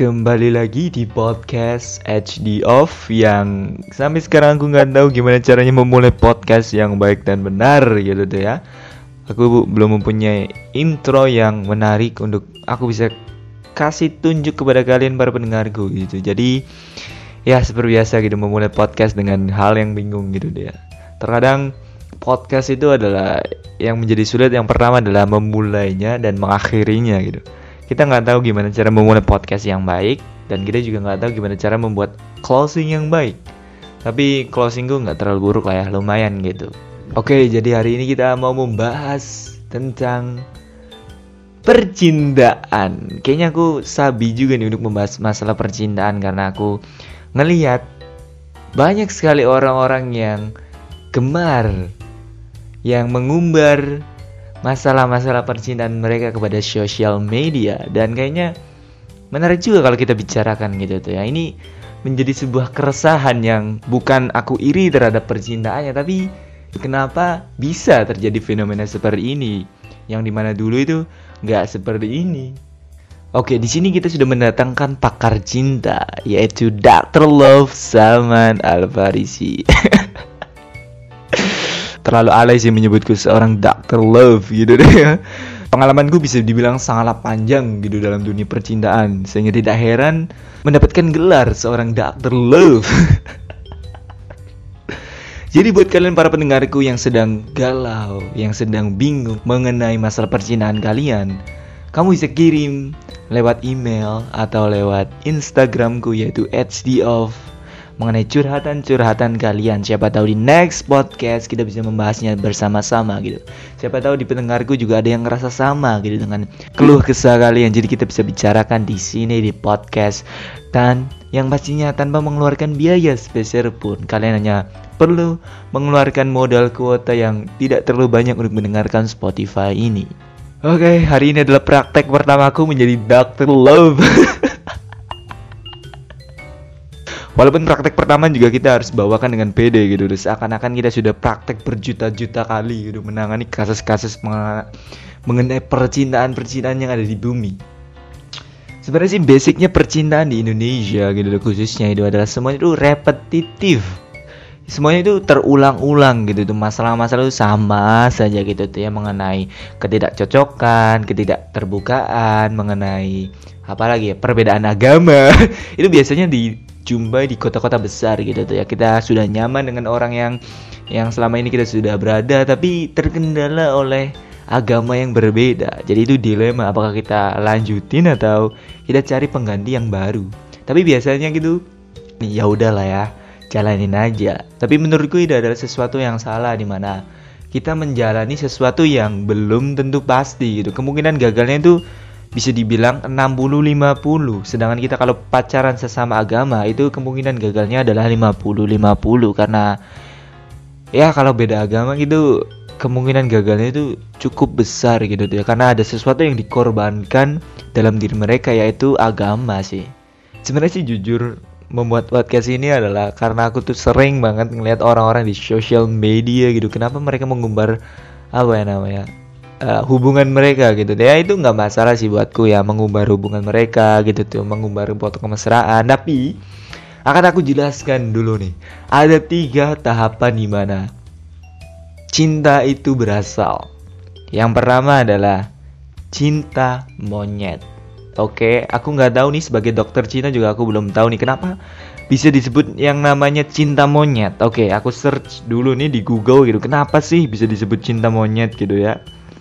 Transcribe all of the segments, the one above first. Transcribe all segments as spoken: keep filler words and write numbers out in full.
kembali lagi di podcast H D Off yang sampai sekarang aku nggak tahu gimana caranya memulai podcast yang baik dan benar gitu tuh ya. Aku belum mempunyai intro yang menarik untuk aku bisa kasih tunjuk kepada kalian para pendengarku gitu. Jadi ya seperti biasa gitu memulai podcast dengan hal yang bingung gitu deh ya. Terkadang podcast itu adalah yang menjadi sulit, yang pertama adalah memulainya dan mengakhirinya gitu. Kita nggak tahu gimana cara memulai podcast yang baik, dan kita juga nggak tahu gimana cara membuat closing yang baik. Tapi closing gue nggak terlalu buruk lah ya, lumayan gitu. Oke, jadi hari ini kita mau membahas tentang percintaan. Kayaknya aku sabi juga nih untuk membahas masalah percintaan, karena aku ngelihat banyak sekali orang-orang yang gemar, yang mengumbar masalah-masalah percintaan mereka kepada sosial media. Dan kayaknya menarik juga kalau kita bicarakan gitu tuh ya. Ini menjadi sebuah keresahan yang bukan aku iri terhadap percintaannya, tapi kenapa bisa terjadi fenomena seperti ini, yang dimana dulu itu nggak seperti ini. Oke, di sini kita sudah mendatangkan pakar cinta, yaitu dokter Love Salman Al-Farisi. Terlalu alay sih menyebutku seorang dokter Love gitu deh ya. Pengalamanku bisa dibilang sangatlah panjang gitu dalam dunia percintaan, sehingga tidak heran mendapatkan gelar seorang dokter Love. Jadi buat kalian para pendengarku yang sedang galau, yang sedang bingung mengenai masalah percintaan kalian, kamu bisa kirim lewat email atau lewat Instagramku, yaitu H D Off, mengenai curhatan-curhatan kalian. Siapa tahu di next podcast kita bisa membahasnya bersama-sama gitu. Siapa tahu di pendengarku juga ada yang ngerasa sama gitu dengan keluh kesah kalian. Jadi kita bisa bicarakan di sini di podcast, dan yang pastinya tanpa mengeluarkan biaya spesial pun. Kalian hanya perlu mengeluarkan modal kuota yang tidak terlalu banyak untuk mendengarkan Spotify ini. Oke, hari ini adalah praktek pertamaku menjadi dokter Love. Walaupun praktek pertama juga kita harus bawakan dengan pede gitu. Seakan-akan kita sudah praktek berjuta-juta kali gitu, menangani kasus-kasus mengenai percintaan-percintaan yang ada di bumi. Sebenarnya sih basicnya percintaan di Indonesia gitu, khususnya itu adalah semuanya itu repetitif. Semuanya itu terulang-ulang gitu tuh, masalah-masalah itu sama saja gitu tuh ya, mengenai ketidakcocokan, ketidakterbukaan, mengenai apa lagi ya, perbedaan agama. Itu biasanya dijumpai di kota-kota besar gitu tuh ya. Kita sudah nyaman dengan orang yang yang selama ini kita sudah berada, tapi terkendala oleh agama yang berbeda. Jadi itu dilema, apakah kita lanjutin atau kita cari pengganti yang baru. Tapi biasanya gitu, ya udahlah ya, jalanin aja. Tapi menurutku itu adalah sesuatu yang salah, di mana kita menjalani sesuatu yang belum tentu pasti gitu. Kemungkinan gagalnya itu bisa dibilang enam puluh lima puluh. Sedangkan kita kalau pacaran sesama agama itu kemungkinan gagalnya adalah lima puluh lima puluh. Karena ya kalau beda agama gitu kemungkinan gagalnya itu cukup besar gitu ya. Karena ada sesuatu yang dikorbankan dalam diri mereka, yaitu agama sih. Sebenarnya sih jujur membuat podcast ini adalah karena aku tuh sering banget ngeliat orang-orang di social media gitu. Kenapa mereka mengumbar apa ya namanya uh, hubungan mereka gitu. Ya itu nggak masalah sih buatku ya, mengumbar hubungan mereka gitu tuh, mengumbar foto kemesraan. Tapi akan aku jelaskan dulu nih, ada tiga tahapan di mana cinta itu berasal. Yang pertama adalah cinta monyet. Oke, aku nggak tahu nih, sebagai dokter Cina juga aku belum tahu nih kenapa bisa disebut yang namanya cinta monyet. Oke, aku search dulu nih di Google gitu, kenapa sih bisa disebut cinta monyet gitu ya.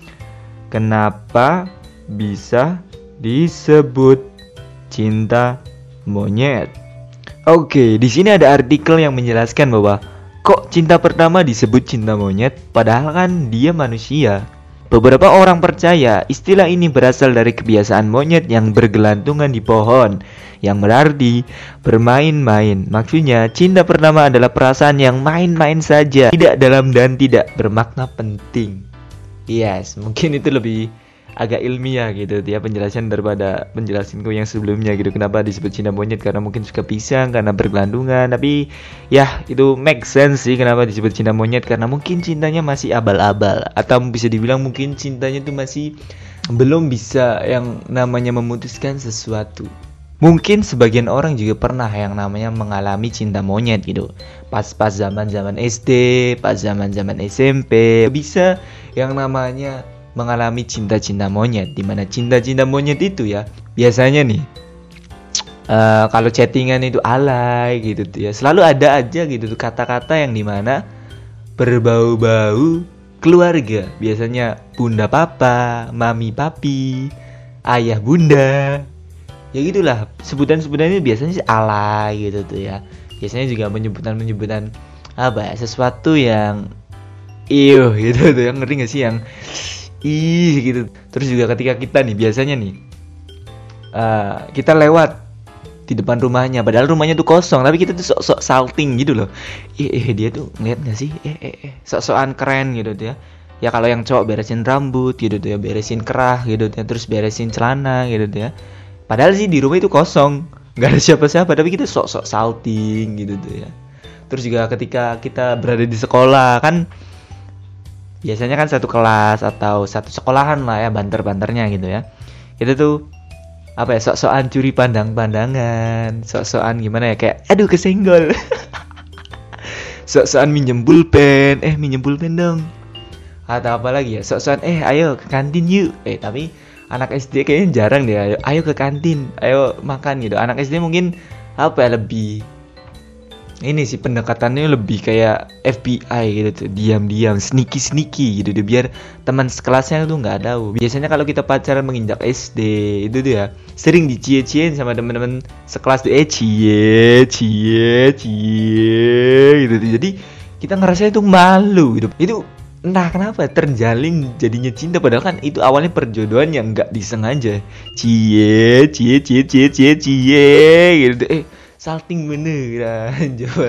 Kenapa bisa disebut cinta monyet? Oke, di sini ada artikel yang menjelaskan bahwa kok cinta pertama disebut cinta monyet, padahal kan dia manusia. Beberapa orang percaya istilah ini berasal dari kebiasaan monyet yang bergelantungan di pohon, yang berarti bermain-main. Maksudnya cinta pertama adalah perasaan yang main-main saja, tidak dalam dan tidak bermakna penting. Yes, mungkin itu lebih agak ilmiah gitu ya penjelasan daripada penjelasanku yang sebelumnya gitu. Kenapa disebut cinta monyet, karena mungkin suka pisang, karena bergelantungan. Tapi ya itu make sense sih kenapa disebut cinta monyet, karena mungkin cintanya masih abal-abal, atau bisa dibilang mungkin cintanya itu masih belum bisa yang namanya memutuskan sesuatu. Mungkin sebagian orang juga pernah yang namanya mengalami cinta monyet gitu. Pas-pas zaman-zaman S D, pas zaman-zaman S M P, bisa yang namanya mengalami cinta-cinta monyet. Dimana cinta-cinta monyet itu ya, biasanya nih, uh, kalau chattingan itu alay gitu tuh ya. Selalu ada aja gitu tuh kata-kata yang dimana berbau-bau keluarga. Biasanya bunda papa, mami papi, ayah bunda. Ya gitulah, sebutan-sebutannya biasanya sih alay gitu tuh ya. Biasanya juga menyebutan-menyebutan apa ya, sesuatu yang iuh gitu tuh, yang ngeri gak sih, yang ih gitu. Terus juga ketika kita nih biasanya nih uh, kita lewat di depan rumahnya, padahal rumahnya tuh kosong, tapi kita tuh sok-sok salting gitu loh. Eh, eh dia tuh ngeliat gak sih? Eh eh eh sok-sokan keren gitu tuh ya. Ya kalau yang cowok beresin rambut gitu tuh ya, beresin kerah gitu tuh ya, terus beresin celana gitu tuh ya. Padahal sih di rumah itu kosong, nggak ada siapa-siapa, tapi kita sok-sok salting gitu tuh ya. Terus juga ketika kita berada di sekolah kan, biasanya kan satu kelas atau satu sekolahan lah ya, banter-banternya gitu ya. Kita tuh apa ya, sok-sokan curi pandang-pandangan, sok-sokan gimana ya, kayak aduh kesenggol. Sok-sokan minjem pulpen, eh minjem pulpen dong. Atau apa lagi ya, sok-sokan eh ayo ke kantin yuk. Eh tapi anak S D kayaknya jarang deh, ayo, ayo ke kantin, ayo makan gitu. Anak S D mungkin apa ya, lebih ini sih pendekatannya lebih kayak F B I gitu tuh, diam-diam, sneaky-sneaky gitu deh, biar teman sekelasnya tuh nggak tahu. Biasanya kalau kita pacaran menginjak S D itu tuh ya sering dicie-ciein sama teman-teman sekelas tuh, eh cie cie cie gitu tuh. Jadi kita ngerasa itu malu gitu. Itu entah kenapa terjalin jadinya cinta, padahal kan itu awalnya perjodohan yang nggak disengaja. Cie cie cie cie cie cie gitu. Eh salting beneran coba.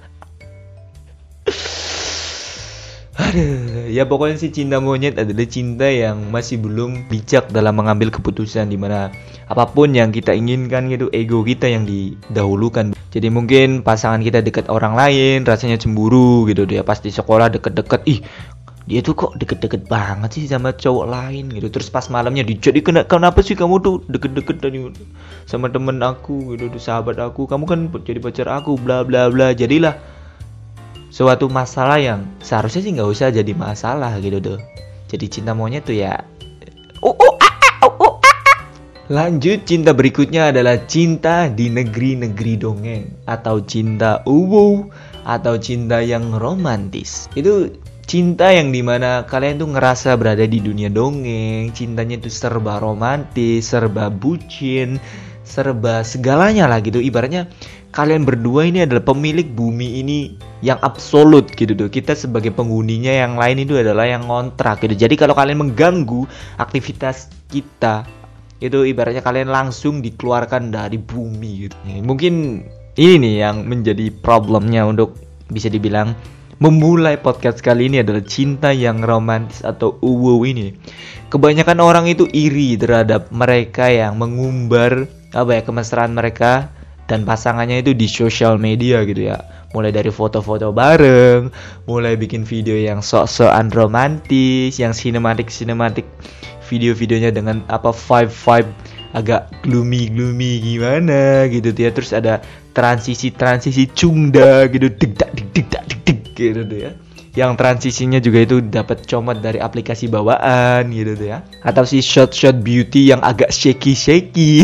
Aduh, ya pokoknya sih cinta monyet adalah cinta yang masih belum bijak dalam mengambil keputusan, dimana apapun yang kita inginkan gitu, ego kita yang didahulukan. Jadi mungkin pasangan kita dekat orang lain, rasanya cemburu gitu dia, pas di sekolah deket-deket, ih dia tuh kok deket-deket banget sih sama cowok lain gitu. Terus pas malamnya dijadi, kenapa sih kamu tuh deket-deket tadi sama temen aku gitu, sahabat aku, kamu kan jadi pacar aku, bla bla bla. Jadilah suatu masalah yang seharusnya sih nggak usah jadi masalah gitu tuh. Jadi cinta monyet tuh ya. Oh, oh, ah, ah, oh, oh, ah, ah. Lanjut, cinta berikutnya adalah cinta di negeri-negeri dongeng, atau cinta uwu, atau cinta yang romantis. Itu cinta yang dimana kalian tuh ngerasa berada di dunia dongeng. Cintanya tuh serba romantis, serba bucin, serba segalanya lah gitu. Ibaratnya kalian berdua ini adalah pemilik bumi ini yang absolut gitu tuh. Kita sebagai penghuninya, yang lain itu adalah yang ngontrak gitu. Jadi kalau kalian mengganggu aktivitas kita, itu ibaratnya kalian langsung dikeluarkan dari bumi gitu. Mungkin ini nih yang menjadi problemnya untuk bisa dibilang memulai podcast kali ini adalah cinta yang romantis atau uwu ini. Kebanyakan orang itu iri terhadap mereka yang mengumbar apa ya, kemesraan mereka dan pasangannya itu di sosial media gitu ya. Mulai dari foto-foto bareng, mulai bikin video yang sok-sokan romantis, yang sinematik-sinematik, video-videonya dengan apa vibe-vibe agak gloomy-gloomy gimana gitu ya. Terus ada transisi-transisi cunda gitu, deg-dak deg-dak deg-dak gitu tuh ya. Yang transisinya juga itu dapat comot dari aplikasi bawaan gitu tuh ya. Atau si shot-shot beauty yang agak shaky-shaky.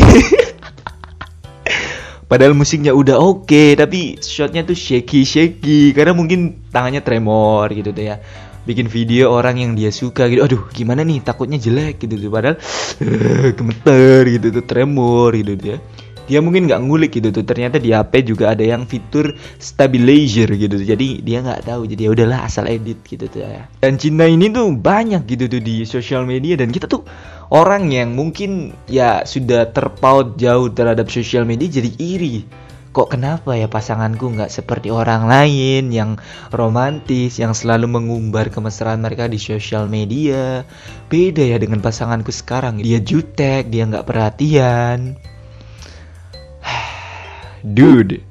Padahal musiknya udah oke, okay, tapi shotnya tuh shaky-shaky karena mungkin tangannya tremor gitu tuh ya. Bikin video orang yang dia suka gitu, aduh gimana nih, takutnya jelek gitu tuh, padahal uh, gemeter gitu tuh, tremor gitu tuh ya. Dia mungkin nggak ngulik gitu tuh, ternyata di H P juga ada yang fitur stabilizer gitu tuh, jadi dia nggak tahu, jadi ya udahlah asal edit gitu tuh ya. Dan cinta ini tuh banyak gitu tuh di sosial media, dan kita tuh orang yang mungkin ya sudah terpaut jauh terhadap sosial media jadi iri. Kok kenapa ya pasanganku nggak seperti orang lain yang romantis, yang selalu mengumbar kemesraan mereka di sosial media. Beda ya dengan pasanganku sekarang, dia jutek, dia nggak perhatian. Dude,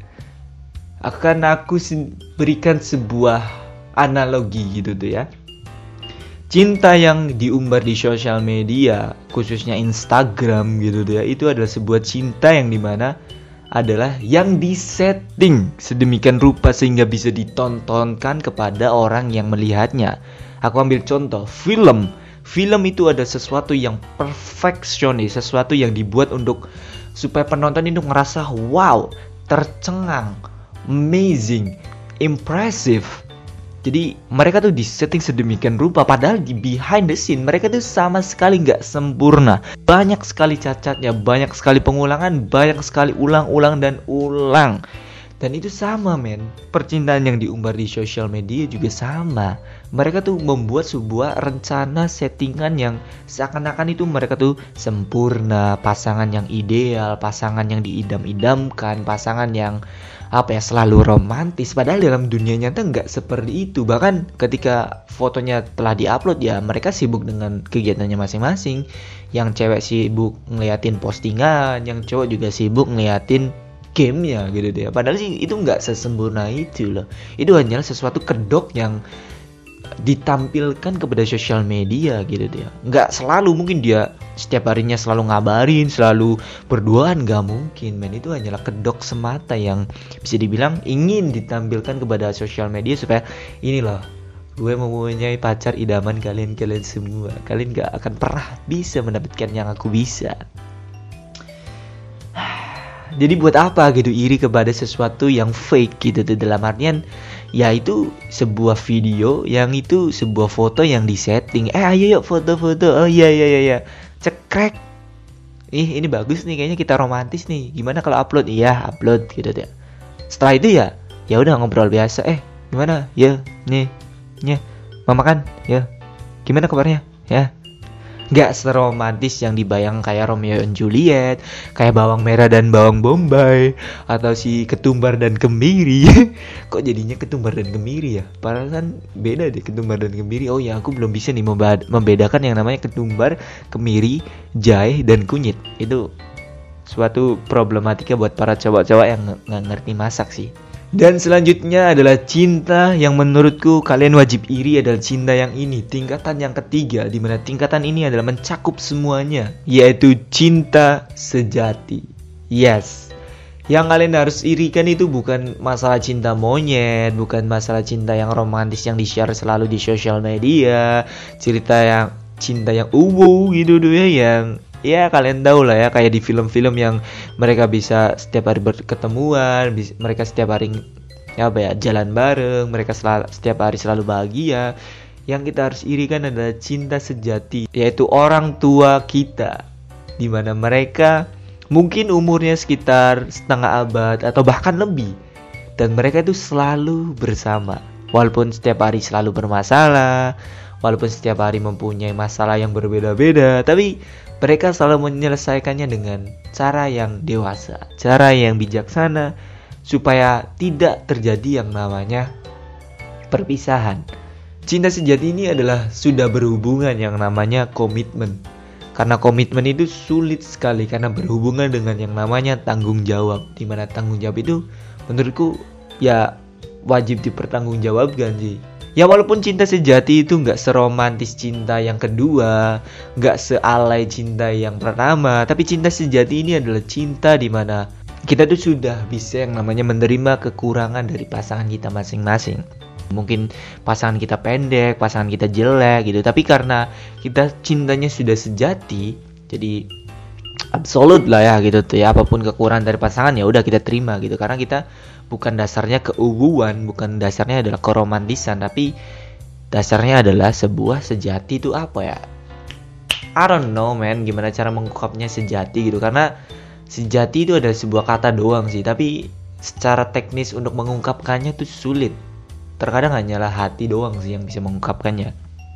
akan aku berikan sebuah analogi gitu tuh ya. Cinta yang diumbar di sosial media, khususnya Instagram gitu ya, itu adalah sebuah cinta yang dimana adalah yang disetting sedemikian rupa sehingga bisa ditontonkan kepada orang yang melihatnya. Aku ambil contoh film. Film itu ada sesuatu yang perfeksionis, sesuatu yang dibuat untuk supaya penonton itu ngerasa wow, tercengang, amazing, impressive. Jadi mereka tuh disetting sedemikian rupa, padahal di behind the scene mereka tuh sama sekali nggak sempurna. Banyak sekali cacatnya, banyak sekali pengulangan, banyak sekali ulang-ulang dan ulang. Dan itu sama men, percintaan yang diumbar di sosial media juga sama. Mereka tuh membuat sebuah rencana settingan yang seakan-akan itu mereka tuh sempurna, pasangan yang ideal, pasangan yang diidam-idamkan, pasangan yang apa ya selalu romantis. Padahal dalam dunia nyata nggak seperti itu. Bahkan ketika fotonya telah diupload ya mereka sibuk dengan kegiatannya masing-masing. Yang cewek sibuk ngeliatin postingan, yang cowok juga sibuk ngeliatin gamenya gitu deh. Padahal sih itu nggak sesempurna itu loh. Itu hanyalah sesuatu kedok yang ditampilkan kepada sosial media gitu dia. Nggak selalu mungkin dia setiap harinya selalu ngabarin, selalu berduaan, nggak mungkin men. Itu hanyalah kedok semata yang bisa dibilang ingin ditampilkan kepada sosial media supaya ini loh, gue mempunyai pacar idaman kalian-kalian semua. Kalian nggak akan pernah bisa mendapatkan yang aku bisa. Jadi buat apa gitu iri kepada sesuatu yang fake gitu tuh, dalam artian ya itu sebuah video yang itu sebuah foto yang disetting. Eh ayo yuk foto-foto. Oh iya iya iya iya. Cekrek. Ih ini bagus nih, kayaknya kita romantis nih. Gimana kalau upload? Iya upload gitu ya. Setelah itu ya ya udah ngobrol biasa. Eh gimana? Ya nih nih mau makan? Ya gimana kabarnya? Ya. Gak seromantis yang dibayang kayak Romeo and Juliet, kayak bawang merah dan bawang bombay, atau si ketumbar dan kemiri. Kok jadinya ketumbar dan kemiri ya? Padahal kan beda deh ketumbar dan kemiri. Oh ya aku belum bisa nih membedakan yang namanya ketumbar, kemiri, jahe, dan kunyit. Itu suatu problematika buat para cowok-cowok yang gak ngerti masak sih. Dan selanjutnya adalah cinta yang menurutku kalian wajib iri adalah cinta yang ini, tingkatan yang ketiga, di mana tingkatan ini adalah mencakup semuanya, yaitu cinta sejati. Yes, yang kalian harus irikan itu bukan masalah cinta monyet, bukan masalah cinta yang romantis yang di-share selalu di sosial media, cerita yang cinta yang uwu gitu tuh ya, yang ya kalian tahu lah ya, kayak di film-film yang mereka bisa setiap hari berketemuan, bis, mereka setiap hari ya apa ya jalan bareng, mereka sel- setiap hari selalu bahagia. Yang kita harus irikan adalah cinta sejati, yaitu orang tua kita, dimana mereka mungkin umurnya sekitar setengah abad atau bahkan lebih, dan mereka itu selalu bersama, walaupun setiap hari selalu bermasalah, walaupun setiap hari mempunyai masalah yang berbeda-beda, tapi mereka selalu menyelesaikannya dengan cara yang dewasa, cara yang bijaksana, supaya tidak terjadi yang namanya perpisahan. Cinta sejati ini adalah sudah berhubungan yang namanya komitmen. Karena komitmen itu sulit sekali karena berhubungan dengan yang namanya tanggung jawab. Dimana tanggung jawab itu menurutku ya wajib dipertanggungjawabkan sih. Ya walaupun cinta sejati itu gak seromantis cinta yang kedua, gak sealai cinta yang pertama, tapi cinta sejati ini adalah cinta dimana kita tuh sudah bisa yang namanya menerima kekurangan dari pasangan kita masing-masing. Mungkin pasangan kita pendek, pasangan kita jelek gitu, tapi karena kita cintanya sudah sejati, jadi absolut lah ya gitu tuh ya, apapun kekurangan dari pasangan ya udah kita terima gitu, karena kita bukan dasarnya keuuan, bukan dasarnya adalah keromantisan, tapi dasarnya adalah sebuah sejati. Itu apa ya? I don't know man, gimana cara mengungkapnya sejati gitu, karena sejati itu adalah sebuah kata doang sih, tapi secara teknis untuk mengungkapkannya tuh sulit. Terkadang hanyalah hati doang sih yang bisa mengungkapkannya.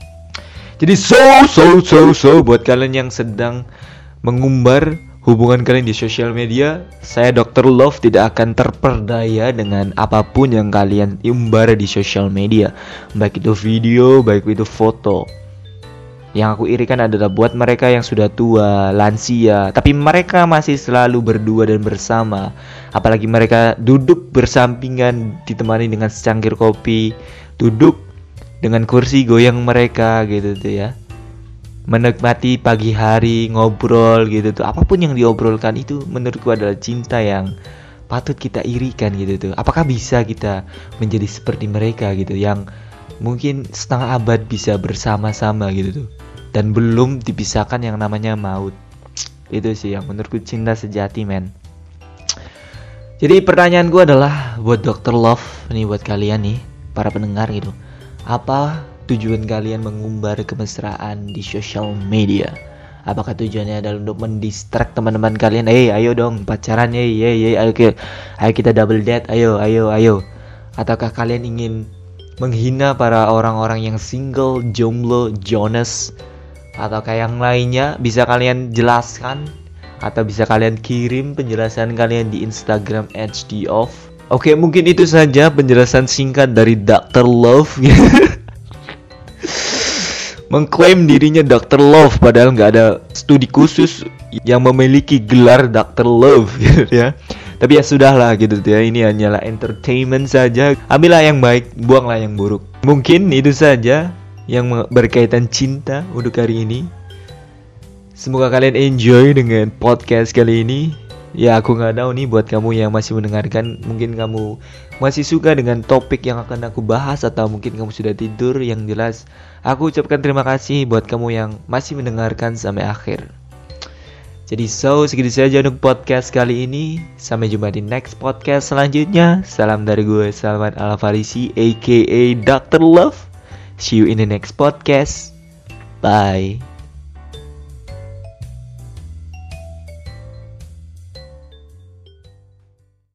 Jadi so so so so buat kalian yang sedang mengumbar hubungan kalian di sosial media, saya dokter Love tidak akan terperdaya dengan apapun yang kalian umbar di sosial media, baik itu video, baik itu foto. Yang aku irikan adalah buat mereka yang sudah tua, lansia, tapi mereka masih selalu berdua dan bersama. Apalagi mereka duduk bersampingan ditemani dengan secangkir kopi, duduk dengan kursi goyang mereka gitu tuh ya. Menikmati pagi hari, ngobrol gitu tuh. Apapun yang diobrolkan itu menurutku adalah cinta yang patut kita irikan gitu tuh. Apakah bisa kita menjadi seperti mereka gitu, yang mungkin setengah abad bisa bersama-sama gitu tuh, dan belum dipisahkan yang namanya maut. Itu sih yang menurutku cinta sejati, men. Jadi pertanyaan gue adalah buat dokter Love nih, buat kalian nih para pendengar gitu. Apa tujuan kalian mengumbar kemesraan di sosial media? Apakah tujuannya adalah untuk mendistract teman-teman kalian? Eh, hey, ayo dong pacaran, ye, ye, ye, ayo, ayo kita double date, ayo, ayo, ayo. Ataukah kalian ingin menghina para orang-orang yang single, jomblo, Jonas, ataukah yang lainnya? Bisa kalian jelaskan atau bisa kalian kirim penjelasan kalian di Instagram H D off. Oke, mungkin itu saja penjelasan singkat dari dokter Love. Mengklaim dirinya dokter Love padahal nggak ada studi khusus yang memiliki gelar dokter Love gitu ya. Tapi ya sudahlah gitu ya, ini hanyalah entertainment saja. Ambillah yang baik, buanglah yang buruk. Mungkin itu saja yang berkaitan cinta untuk hari ini. Semoga kalian enjoy dengan podcast kali ini. Ya aku nggak tahu nih buat kamu yang masih mendengarkan, mungkin kamu masih suka dengan topik yang akan aku bahas, atau mungkin kamu sudah tidur. Yang jelas aku ucapkan terima kasih buat kamu yang masih mendengarkan sampai akhir. Jadi so segitu saja untuk podcast kali ini. Sampai jumpa di next podcast selanjutnya. Salam dari gue Salman Al-Farisi aka dokter Love. See you in the next podcast. Bye.